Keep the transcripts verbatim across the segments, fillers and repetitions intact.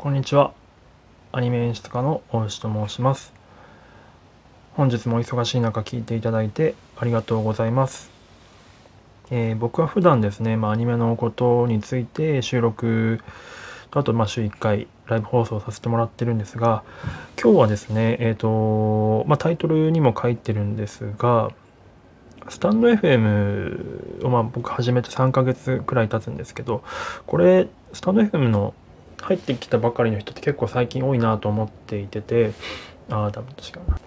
こんにちは。アニメ演出家の大石と申します。本日もお忙しい中聞いていただいてありがとうございます。えー僕は普段ですね、まあ、アニメのことについて収録と、あとまあ週いっかいライブ放送させてもらってるんですが、今日はですね、えっと、まあ、タイトルにも書いてるんですが、スタンド エフエム をまあ僕始めてさんかげつくらい経つんですけど、これ、スタンド エフエム の入ってきたばかりの人って結構最近多いなと思っていてて、ああ、ダメ、確かな。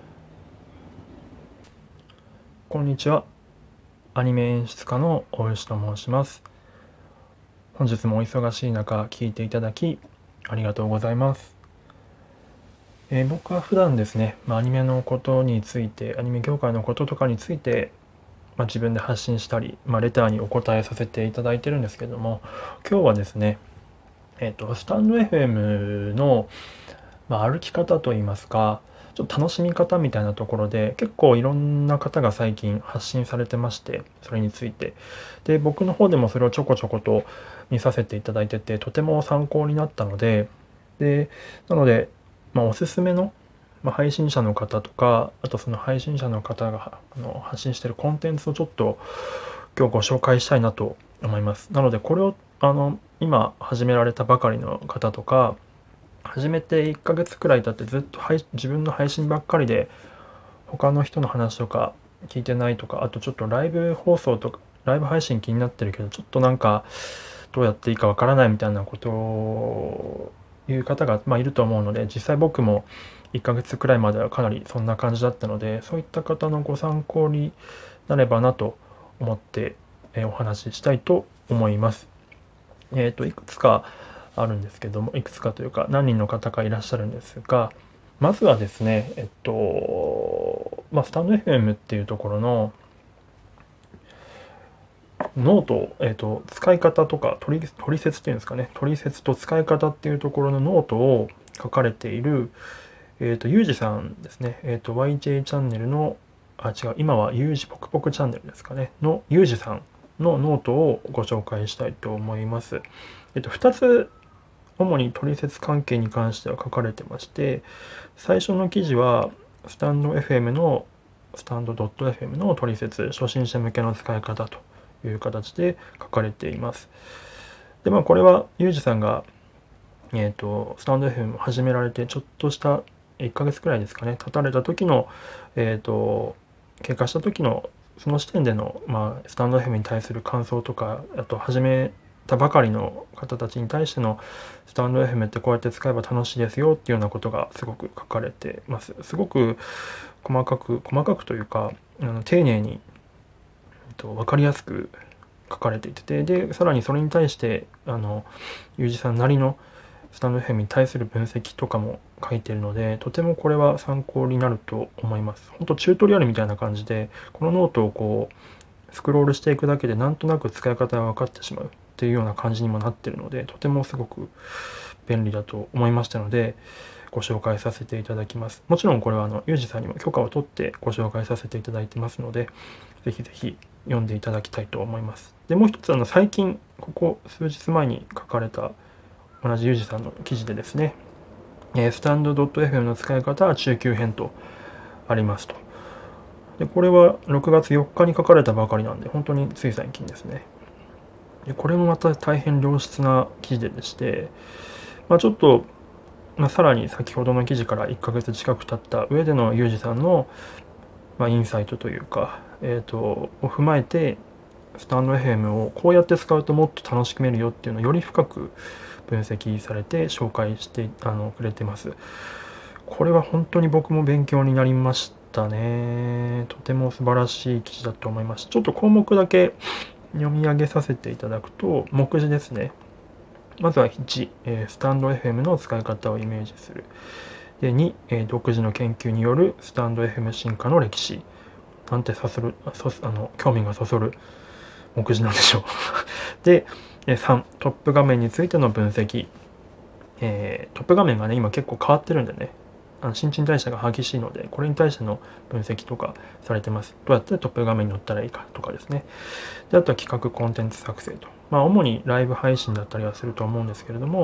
こんにちは。アニメ演出家の大石と申します。本日もお忙しい中聞いていただきありがとうございます。えー僕は普段ですね、まあ、アニメのことについて、アニメ業界のこととかについて、まあ、自分で発信したり、まあ、レターにお答えさせていただいてるんですけども、今日はですね、えっと、スタンド エフエム の、まあ、歩き方といいますか、ちょっと楽しみ方みたいなところで、結構いろんな方が最近発信されてまして、それについて。で、僕の方でもそれをちょこちょこと見させていただいてて、とても参考になったので、で、なので、まあ、おすすめの、まあ、配信者の方とか、あとその配信者の方があの発信してるコンテンツをちょっと今日ご紹介したいなと思います。なので、これをあの今始められたばかりの方とか、始めていっかげつくらい経ってずっと配自分の配信ばっかりで他の人の話とか聞いてないとか、あとちょっとライブ放送とかライブ配信気になってるけど、ちょっとなんかどうやっていいかわからないみたいなことを言う方が、まあ、いると思うので、実際僕もいっかげつくらいまではかなりそんな感じだったので、そういった方のご参考になればなと思って、えーお話ししたいと思います。えっと、いくつかあるんですけども、いくつかというか何人の方がいらっしゃるんですが、まずはですね、えっと、まあ、スタンド エフエム っていうところのノート、えっと、使い方とか、取説っていうんですかね、取説と使い方っていうところのノートを書かれている、えっと、ゆうじさんですね、えっと、ワイジェイ チャンネルの、あ、違う、今はゆうじポクポクチャンネルですかね、のゆうじさんのノートをご紹介したいと思います。えっと、ふたつ主に取説関係に関しては書かれてまして、最初の記事はスタンド エフエム のスタンド .fm の取説、初心者向けの使い方という形で書かれています。で、まあこれはユージさんが、えっと、スタンド エフエム を始められてちょっとしたいっかげつくらいですかね、経たれた時の、えっと、経過した時のその時点での、まあ、スタンド エフエム に対する感想とか、あと始めたばかりの方たちに対してのスタンド エフエム ってこうやって使えば楽しいですよっていうようなことがすごく書かれてます。すごく細かく細かくというか、あの丁寧に、えっと、分かりやすく書かれていて、でさらにそれに対してあのユージさんなりのスタンド エフエム に対する分析とかも書いているので、とてもこれは参考になると思います。本当チュートリアルみたいな感じで、このノートをこうスクロールしていくだけでなんとなく使い方が分かってしまうっていうような感じにもなっているので、とてもすごく便利だと思いましたので、ご紹介させていただきます。もちろんこれはあのユージさんにも許可を取ってご紹介させていただいてますので、ぜひぜひ読んでいただきたいと思います。で、もう一つあの最近ここ数日前に書かれた同じユージさんの記事でですね、スタンド ドットエフエム の使い方は中級編とありますと。で、これはろくがつよっかに書かれたばかりなんで、本当につい最近ですね。で、これもまた大変良質な記事でして、まあ、ちょっと、まあ、さらに先ほどの記事からいっかげつ近く経った上でのユージさんの、まあ、インサイトというか、えっと、を踏まえて、スタンド エフエム をこうやって使うともっと楽しめるよっていうのをより深く分析されて紹介してあのくれてます。これは本当に僕も勉強になりましたね。とても素晴らしい記事だと思います。ちょっと項目だけ読み上げさせていただくと、目次ですね。まずはいち、えースタンド エフエム の使い方をイメージする。でに、えー独自の研究によるスタンド エフエム 進化の歴史。なんてさするあそあの興味がそそる目次なんでしょう。で、さん、トップ画面についての分析。えートップ画面がね、今結構変わってるんでね、あの新陳代謝が激しいので、これに対しての分析とかされてます。どうやってトップ画面に乗ったらいいかとかですね。で、あとは企画コンテンツ作成と。まあ、主にライブ配信だったりはすると思うんですけれども、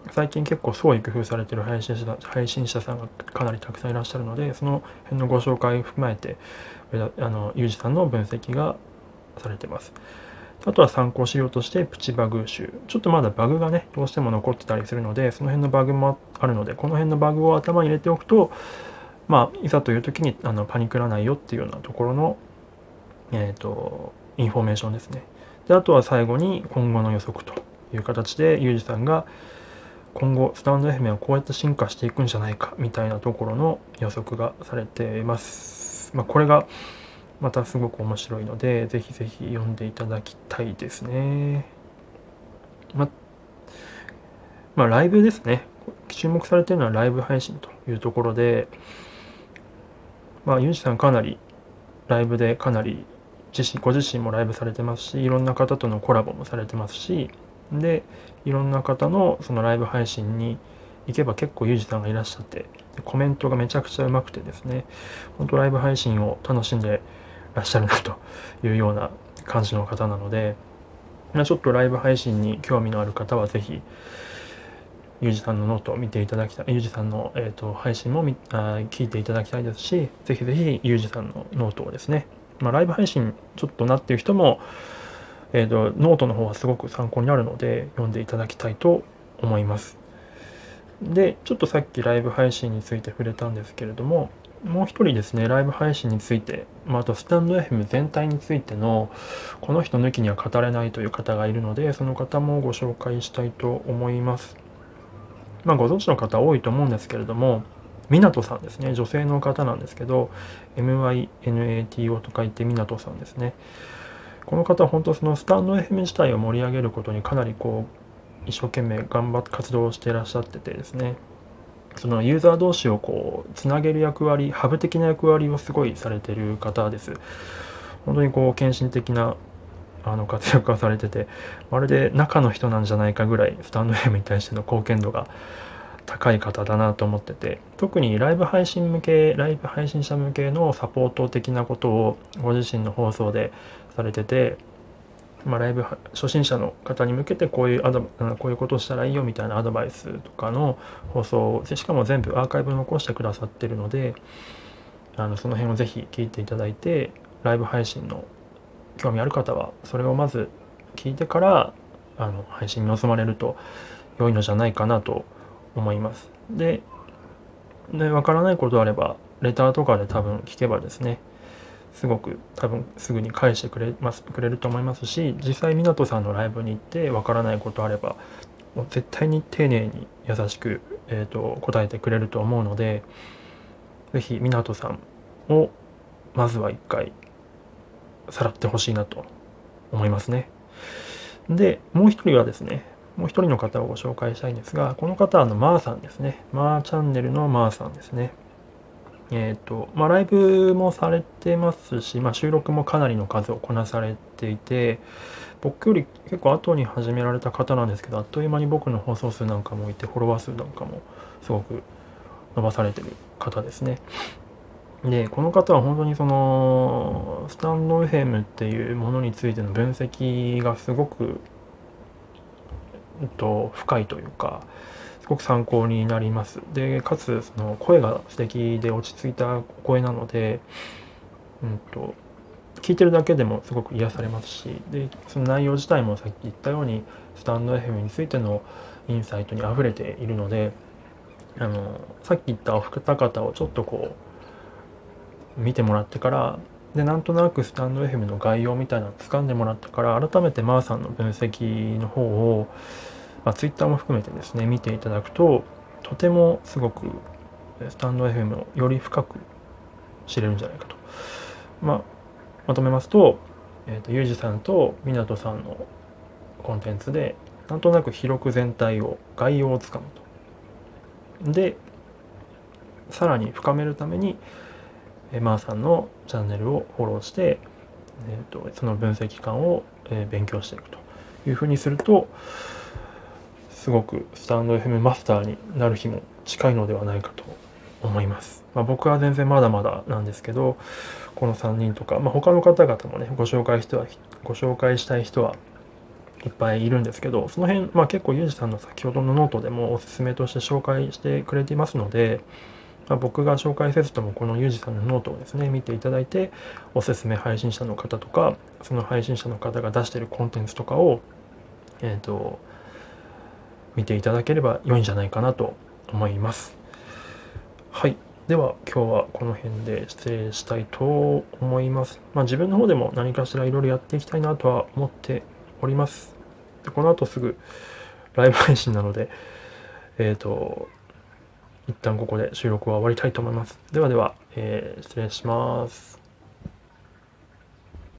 最近結構創意工夫されている配信者配信者さんがかなりたくさんいらっしゃるので、その辺のご紹介を踏まえてあのユージさんの分析がされてます。あとは参考資料としてプチバグ集、ちょっとまだバグがねどうしても残ってたりするので、その辺のバグもあるので、この辺のバグを頭に入れておくと、まあいざという時にあのパニクらないよっていうようなところのえっとインフォメーションですね。であとは最後に今後の予測という形でユージさんが今後スタンド エフエム はこうやって進化していくんじゃないかみたいなところの予測がされています。まあ、これがまたすごく面白いので、ぜひぜひ読んでいただきたいですね。ま、まあ、ライブですね。注目されているのはライブ配信というところで、まあ、ユージさんかなりライブでかなり自身ご自身もライブされてますし、いろんな方とのコラボもされてますし、でいろんな方のそのライブ配信に行けば結構ユージさんがいらっしゃって、コメントがめちゃくちゃうまくてですね、本当ライブ配信を楽しんでらっしゃるなというような感じの方なので、ちょっとライブ配信に興味のある方はぜひユージさんのノートを見ていただきたい、ユージさんの、えーと配信もみあ聞いていただきたいですし、ぜひぜひユージさんのノートをですね、まあ、ライブ配信ちょっとなっていう人も、えーとノートの方はすごく参考になるので読んでいただきたいと思います。でちょっとさっきライブ配信について触れたんですけれども、もう一人ですね、ライブ配信について、まあ、あとスタンド エフエム 全体についてのこの人抜きには語れないという方がいるので、その方もご紹介したいと思います。まあ、ご存知の方多いと思うんですけれども、湊さんですね、女性の方なんですけど、エムワイエヌエーティーオー と書いて湊さんですね。この方は本当そのスタンド エフエム 自体を盛り上げることにかなりこう一生懸命頑張って活動していらっしゃっててですね、そのユーザー同士をこうつなげる役割、ハブ的な役割をすごいされている方です。本当にこう献身的なあの活躍がされてて、まるで中の人なんじゃないかぐらいスタンド エフエム に対しての貢献度が高い方だなと思ってて、特にライブ配信向けライブ配信者向けのサポート的なことをご自身の放送でされてて、まあ、ライブ初心者の方に向けてこういうアドこういうことをしたらいいよみたいなアドバイスとかの放送で、しかも全部アーカイブ残してくださってるので、あのその辺をぜひ聞いていただいて、ライブ配信の興味ある方はそれをまず聞いてからあの配信に臨まれると良いのじゃないかなと思います。で、で分からないことあればレターとかで多分聞けばですね、すごく多分すぐに返してくれますくれると思いますし、実際湊さんのライブに行って分からないことあればもう絶対に丁寧に優しく、えーと、答えてくれると思うので、ぜひ湊さんをまずは一回さらってほしいなと思いますね。でもう一人はですね、もう一人の方をご紹介したいんですが、この方はあのマーさんですね。マーチャンネルのマーさんですね。えっとまあライブもされてますし、まあ、収録もかなりの数をこなされていて、僕より結構後に始められた方なんですけど、あっという間に僕の放送数なんかもいて、フォロワー数なんかもすごく伸ばされてる方ですね。でこの方は本当にそのスタンド エフエム っていうものについての分析がすごく、えっと、深いというか、すごく参考になります。でかつその声が素敵で落ち着いた声なので、うんと聞いてるだけでもすごく癒されますし、でその内容自体もさっき言ったようにスタンド エフエム についてのインサイトにあふれているので、あのさっき言ったお二方をちょっとこう見てもらってから、でなんとなくスタンド エフエム の概要みたいなのを掴んでもらってから、改めてマーさんの分析の方を、まあ、ツイッターも含めてですね見ていただくと、とてもすごくスタンド エフエム をより深く知れるんじゃないかと。まあまとめますと、えーと、ユージさんと湊さんのコンテンツでなんとなく広く全体を概要をつかむと。でさらに深めるためにえー、マーさんのチャンネルをフォローして、えーと、その分析感を、えー、勉強していくというふうにすると、すごくスタンド エフエム マスターになる日も近いのではないかと思います。まあ、僕は全然まだまだなんですけど、このさんにんとか、まあ、他の方々もねご紹介してはご紹介したい人はいっぱいいるんですけど、その辺、まあ、結構ユージさんの先ほどのノートでもおすすめとして紹介してくれていますので、まあ、僕が紹介せずともこのユージさんのノートをですね見ていただいて、おすすめ配信者の方とかその配信者の方が出しているコンテンツとかを、えーと、見ていただければ良いんじゃないかなと思います。はい。では今日はこの辺で失礼したいと思います。まあ、自分の方でも何かしらいろいろやっていきたいなとは思っております。でこの後すぐライブ配信なので、えっと、一旦ここで収録は終わりたいと思います。ではでは、えー失礼します。